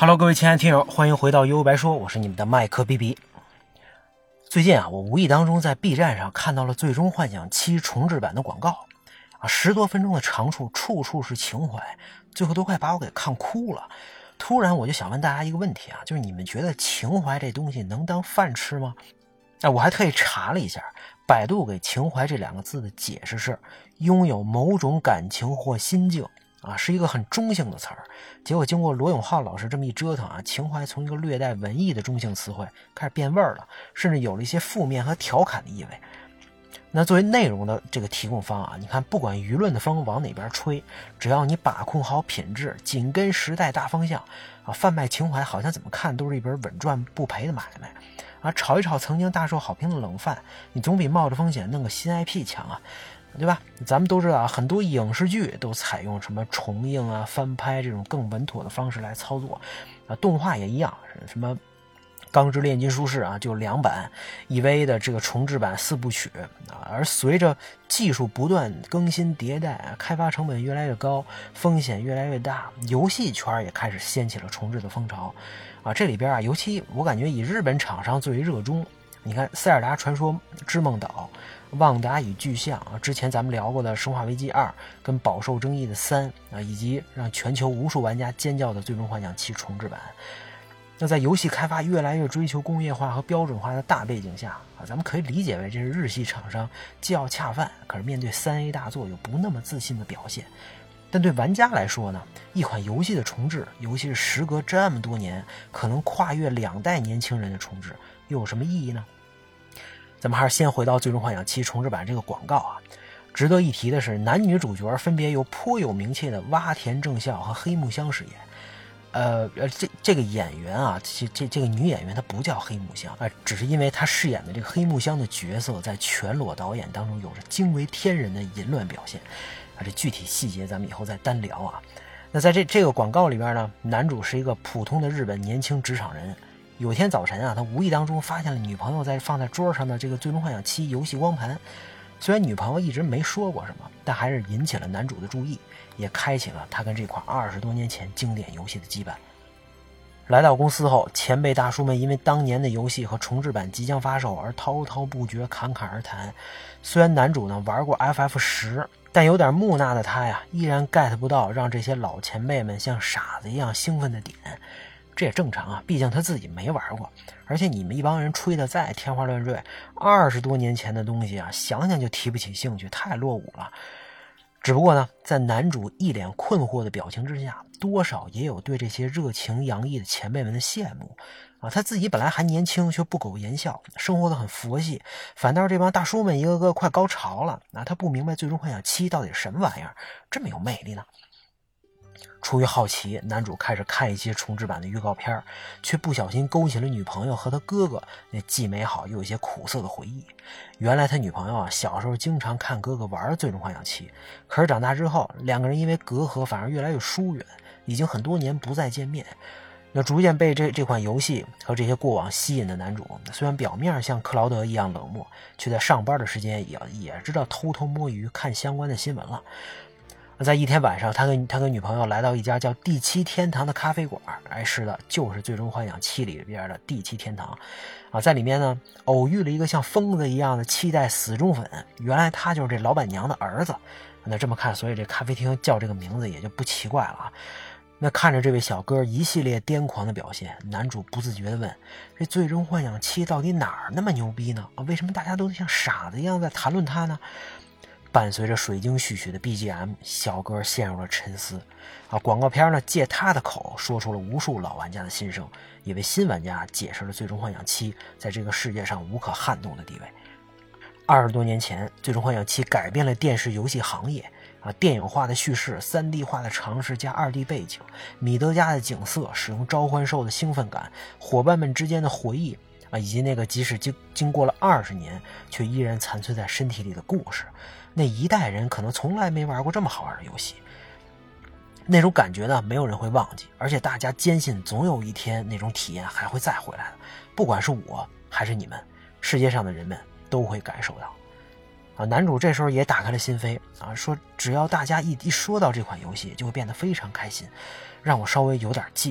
Hello， 各位亲爱的听友，欢迎回到悠悠白说，我是你们的麦克 BB。最近我无意当中在 B 站上看到了《最终幻想7》重制版的广告，10多分钟的长处，处处是情怀，最后都快把我给看哭了。突然我就想问大家一个问题就是你们觉得情怀这东西能当饭吃吗？我还特意查了一下，百度给情怀这2个字的解释是拥有某种感情或心境是一个很中性的词儿。结果经过罗永浩老师这么一折腾情怀从一个略带文艺的中性词汇开始变味儿了，甚至有了一些负面和调侃的意味。那作为内容的这个提供方你看不管舆论的风往哪边吹，只要你把控好品质，紧跟时代大方向贩卖情怀好像怎么看都是一本稳赚不赔的买卖炒一炒曾经大受好评的冷饭，你总比冒着风险弄个新 IP 强对吧？咱们都知道很多影视剧都采用什么重映翻拍这种更稳妥的方式来操作动画也一样，什么钢之炼金术士就2版 EVA 的这个重制版4部曲而随着技术不断更新迭代开发成本越来越高，风险越来越大，游戏圈也开始掀起了重置的风潮这里边尤其我感觉以日本厂商最为热衷。你看塞尔达传说织梦岛、旺达与巨像之前咱们聊过的生化危机2跟饱受争议的3以及让全球无数玩家尖叫的最终幻想7重制版。那在游戏开发越来越追求工业化和标准化的大背景下咱们可以理解为这是日系厂商既要恰饭，可是面对3A 大作又不那么自信的表现。但对玩家来说呢，一款游戏的重置，尤其是时隔这么多年，可能跨越2代年轻人的重置，又有什么意义呢？咱们还是先回到最终幻想7重制版这个广告值得一提的是，男女主角分别由颇有名气的洼田正孝和黑木香饰演。这个演员这个女演员她不叫黑木香只是因为她饰演的这个黑木香的角色在全裸导演当中有着惊为天人的淫乱表现这具体细节咱们以后再单聊那在这个广告里边呢，男主是一个普通的日本年轻职场人。有一天早晨他无意当中发现了女朋友放在桌上的这个最终幻想7游戏光盘。虽然女朋友一直没说过什么，但还是引起了男主的注意，也开启了他跟这款20多年前经典游戏的羁绊。来到公司后，前辈大叔们因为当年的游戏和重制版即将发售而滔滔不绝，侃侃而谈。虽然男主呢玩过 FF10，但有点木讷的他依然 get 不到让这些老前辈们像傻子一样兴奋的点。这也正常毕竟他自己没玩过，而且你们一帮人吹得再天花乱坠，20多年前的东西想想就提不起兴趣，太落伍了。只不过呢，在男主一脸困惑的表情之下，多少也有对这些热情洋溢的前辈们的羡慕他自己本来还年轻，却不苟言笑，生活得很佛系，反倒是这帮大叔们一个个快高潮了他不明白最终幻想7到底是什么玩意儿，这么有魅力呢？出于好奇，男主开始看一些重制版的预告片，却不小心勾起了女朋友和他哥哥那既美好又有些苦涩的回忆。原来他女朋友小时候经常看哥哥玩最终幻想7，可是长大之后2个人因为隔阂反而越来越疏远，已经很多年不再见面。那逐渐被这款游戏和这些过往吸引的男主，虽然表面像克劳德一样冷漠，却在上班的时间也知道偷偷摸鱼看相关的新闻了。在一天晚上，他跟女朋友来到一家叫第7天堂的咖啡馆。是的，就是最终幻想7里边的第7天堂在里面呢偶遇了一个像疯子一样的期待死忠粉，原来他就是这老板娘的儿子。那这么看，所以这咖啡厅叫这个名字也就不奇怪了那看着这位小哥一系列癫狂的表现，男主不自觉地问，这最终幻想7到底哪儿那么牛逼呢为什么大家都像傻子一样在谈论他呢？伴随着水晶序曲的 BGM， 小哥陷入了沉思广告片呢借他的口说出了无数老玩家的心声，也为新玩家解释了最终幻想7在这个世界上无可撼动的地位。20多年前，最终幻想7改变了电视游戏行业电影化的叙事、3D 化的尝试加2D 背景，米德加的景色，使用召唤兽的兴奋感，伙伴们之间的回忆以及那个即使经过了20年却依然残存在身体里的故事。那一代人可能从来没玩过这么好玩的游戏，那种感觉呢没有人会忘记，而且大家坚信总有一天那种体验还会再回来的，不管是我还是你们，世界上的人们都会感受到男主这时候也打开了心扉说只要大家一说到这款游戏就会变得非常开心，让我稍微有点嫉妒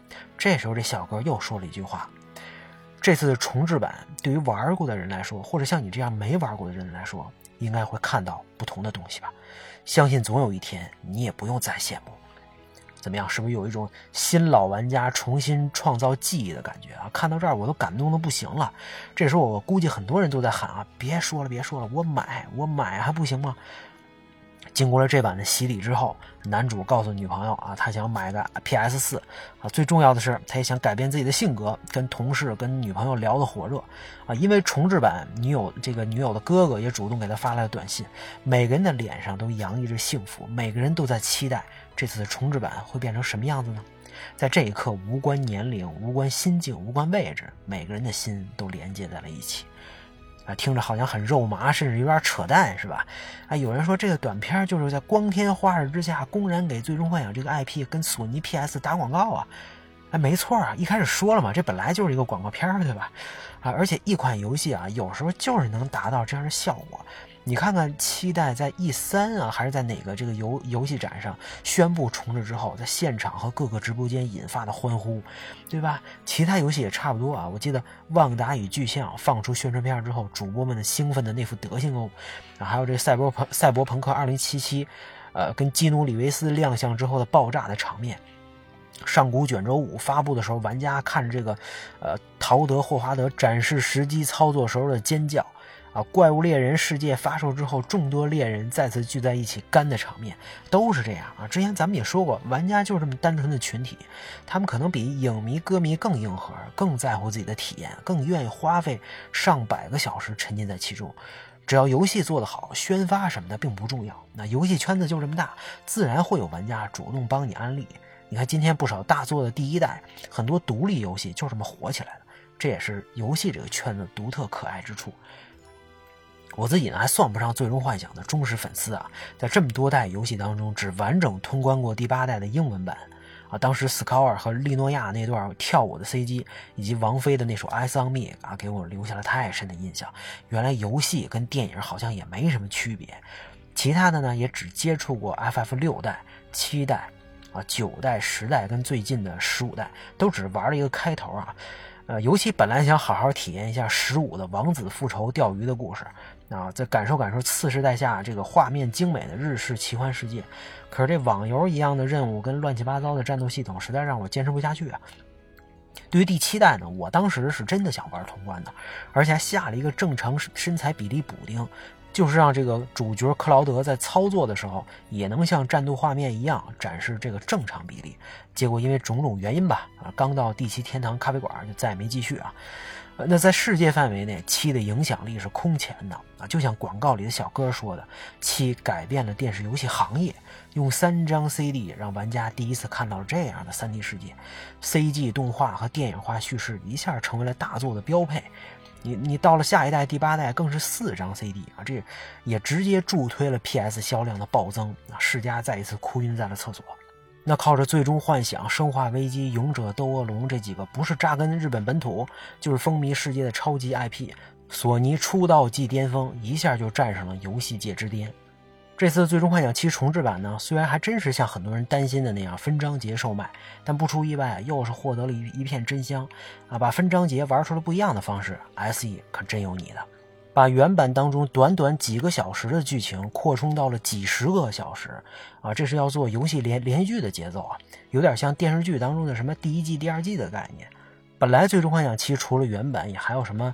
这时候这小哥又说了一句话：这次的重制版对于玩过的人来说，或者像你这样没玩过的人来说，应该会看到不同的东西吧。相信总有一天你也不用再羡慕。怎么样，是不是有一种新老玩家重新创造记忆的感觉啊？看到这儿我都感动的不行了。这时候我估计很多人都在喊啊，别说了，我买还不行吗？经过了这版的洗礼之后，男主告诉女朋友啊，他想买个 PS4 啊，最重要的是他也想改变自己的性格，跟同事跟女朋友聊得火热啊。因为重制版女友的哥哥也主动给他发来了短信，每个人的脸上都洋溢着幸福，每个人都在期待这次的重制版会变成什么样子呢？在这一刻，无关年龄，无关心境，无关位置，每个人的心都连接在了一起。听着好像很肉麻，甚至有点扯淡，是吧？有人说这个短片就是在光天化日之下公然给最终幻想这个 IP 跟索尼 PS 打广告啊！没错啊，一开始说了嘛，这本来就是一个广告片，对吧？而且一款游戏啊，有时候就是能达到这样的效果。你看看，期待在 E3 啊，还是在哪个这个游戏展上宣布重置之后，在现场和各个直播间引发的欢呼，对吧？其他游戏也差不多啊。我记得旺达与巨像放出宣传片之后，主播们的兴奋的那副德行哦，还有这赛博朋克2077，跟基努里维斯亮相之后的爆炸的场面。上古卷轴5发布的时候，玩家看着这个陶德霍华德展示实机操作时候的尖叫啊，怪物猎人世界发售之后，众多猎人再次聚在一起干的场面，都是这样啊。之前咱们也说过，玩家就是这么单纯的群体，他们可能比影迷歌迷更硬核，更在乎自己的体验，更愿意花费上百个小时沉浸在其中。只要游戏做得好，宣发什么的并不重要，那游戏圈子就这么大，自然会有玩家主动帮你安利。你看今天不少大作的第一代，很多独立游戏就这么火起来的，这也是游戏这个圈子独特可爱之处。我自己呢还算不上最终幻想的忠实粉丝啊，在这么多代游戏当中，只完整通关过第8代的英文版啊。当时斯考尔和利诺亚那段跳舞的 CG， 以及王菲的那首 Eyes on Me 啊，给我留下了太深的印象。原来游戏跟电影好像也没什么区别。其他的呢，也只接触过 FF6 代、7代啊、9代、10代跟最近的15代，都只玩了一个开头啊。游戏本来想好好体验一下15的王子复仇钓鱼的故事啊，再感受次世代下这个画面精美的日式奇幻世界，可是这网游一样的任务跟乱七八糟的战斗系统实在让我坚持不下去啊。对于第7代呢，我当时是真的想玩通关的，而且还下了一个正常身材比例补丁，就是让这个主角克劳德在操作的时候也能像战斗画面一样展示这个正常比例。结果因为种种原因吧，刚到第7天堂咖啡馆就再也没继续啊。那在世界范围内，7的影响力是空前的啊，就像广告里的小哥说的，7改变了电视游戏行业，用3张 CD 让玩家第一次看到了这样的 3D 世界。CG 动画和电影化叙事一下成为了大作的标配。你到了下一代第8代更是4张 CD 啊，这也直接助推了 PS 销量的暴增啊，世嘉再一次哭晕在了厕所。那靠着最终幻想、生化危机、勇者斗恶龙这几个不是扎根日本本土就是风靡世界的超级 IP， 索尼出道即巅峰，一下就站上了游戏界之巅。这次最终幻想7重制版呢，虽然还真是像很多人担心的那样分章节售卖，但不出意外又是获得了一片真香啊！把分章节玩出了不一样的方式 ，SE 可真有你的。把原版当中短短几个小时的剧情扩充到了几十个小时啊，这是要做游戏连续剧的节奏啊，有点像电视剧当中的什么第1季、第2季的概念。本来最终幻想7除了原版也还有什么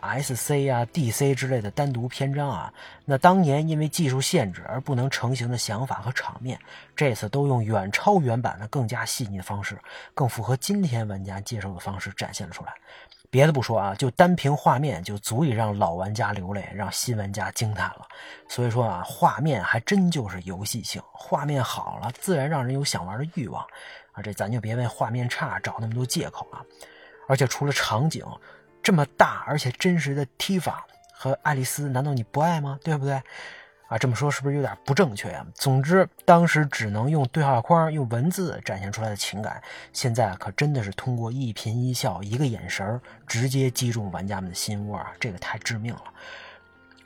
SC 啊 DC 之类的单独篇章啊，那当年因为技术限制而不能成型的想法和场面，这次都用远超原版的更加细腻的方式，更符合今天玩家接受的方式展现了出来。别的不说啊，就单凭画面就足以让老玩家流泪，让新玩家惊叹了。所以说啊，画面还真就是游戏性，画面好了自然让人有想玩的欲望啊，这咱就别为画面差找那么多借口啊。而且除了场景这么大而且真实的提法和爱丽丝，难道你不爱吗？对不对啊？这么说是不是有点不正确啊？总之当时只能用对话框用文字展现出来的情感，现在可真的是通过一颦一笑一个眼神直接击中玩家们的心窝啊，这个太致命了。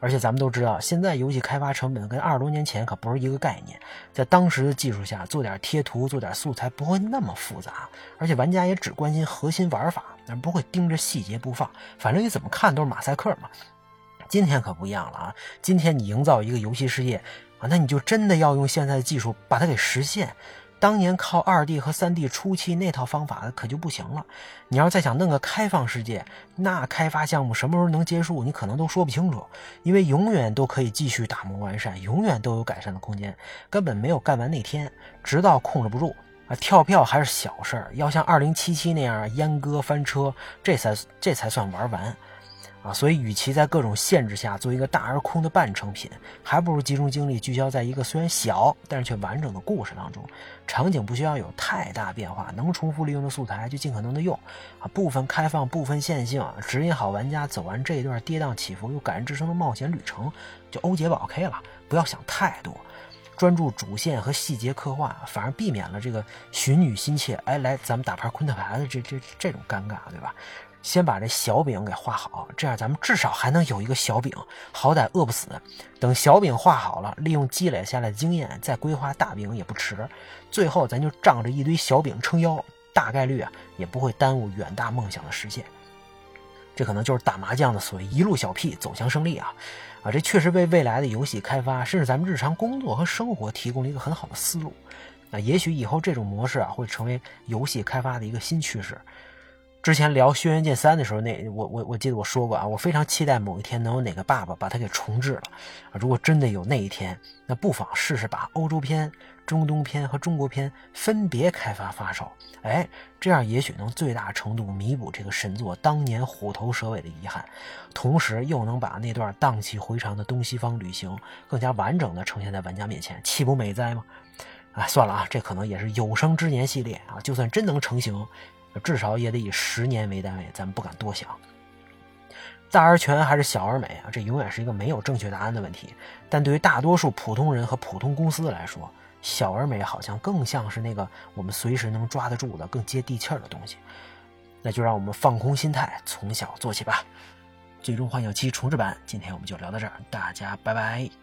而且咱们都知道，现在游戏开发成本跟20多年前可不是一个概念，在当时的技术下做点贴图做点素材不会那么复杂，而且玩家也只关心核心玩法，而不会盯着细节不放，反正你怎么看都是马赛克嘛。今天可不一样了啊！今天你营造一个游戏世界啊，那你就真的要用现在的技术把它给实现。当年靠 2D 和 3D 初期那套方法可就不行了。你要再想弄个开放世界，那开发项目什么时候能结束，你可能都说不清楚，因为永远都可以继续打磨完善，永远都有改善的空间，根本没有干完那天，直到控制不住啊，跳票还是小事儿，要像2077那样阉割翻车，这才算玩完。所以与其在各种限制下做一个大而空的半成品，还不如集中精力聚焦在一个虽然小但是却完整的故事当中。场景不需要有太大变化，能重复利用的素材就尽可能的用部分开放部分线性，指引好玩家走完这一段跌宕起伏又感人至深的冒险旅程，就欧结吧 OK 了，不要想太多，专注主线和细节刻画，反而避免了这个寻女心切，来咱们打盘昆特牌的这种尴尬，对吧？先把这小饼给画好，这样咱们至少还能有一个小饼，好歹饿不死。等小饼画好了，利用积累下来的经验再规划大饼也不迟。最后咱就仗着一堆小饼撑腰，大概率也不会耽误远大梦想的实现。这可能就是打麻将的所谓一路小屁走向胜利啊！这确实为未来的游戏开发，甚至咱们日常工作和生活提供了一个很好的思路。也许以后这种模式会成为游戏开发的一个新趋势。之前聊《轩辕剑3》的时候，我记得我说过我非常期待某一天能有哪个爸爸把它给重置了。如果真的有那一天，那不妨试试把欧洲篇、中东篇和中国篇分别开发发售，这样也许能最大程度弥补这个神作当年虎头蛇尾的遗憾，同时又能把那段荡气回肠的东西方旅行更加完整的呈现在玩家面前，岂不美哉吗？算了这可能也是有生之年系列就算真能成型，至少也得以10年为单位，咱们不敢多想。大而全还是小而美这永远是一个没有正确答案的问题。但对于大多数普通人和普通公司来说，小而美好像更像是那个我们随时能抓得住的、更接地气儿的东西。那就让我们放空心态，从小做起吧。最终幻想7重置版，今天我们就聊到这儿，大家拜拜。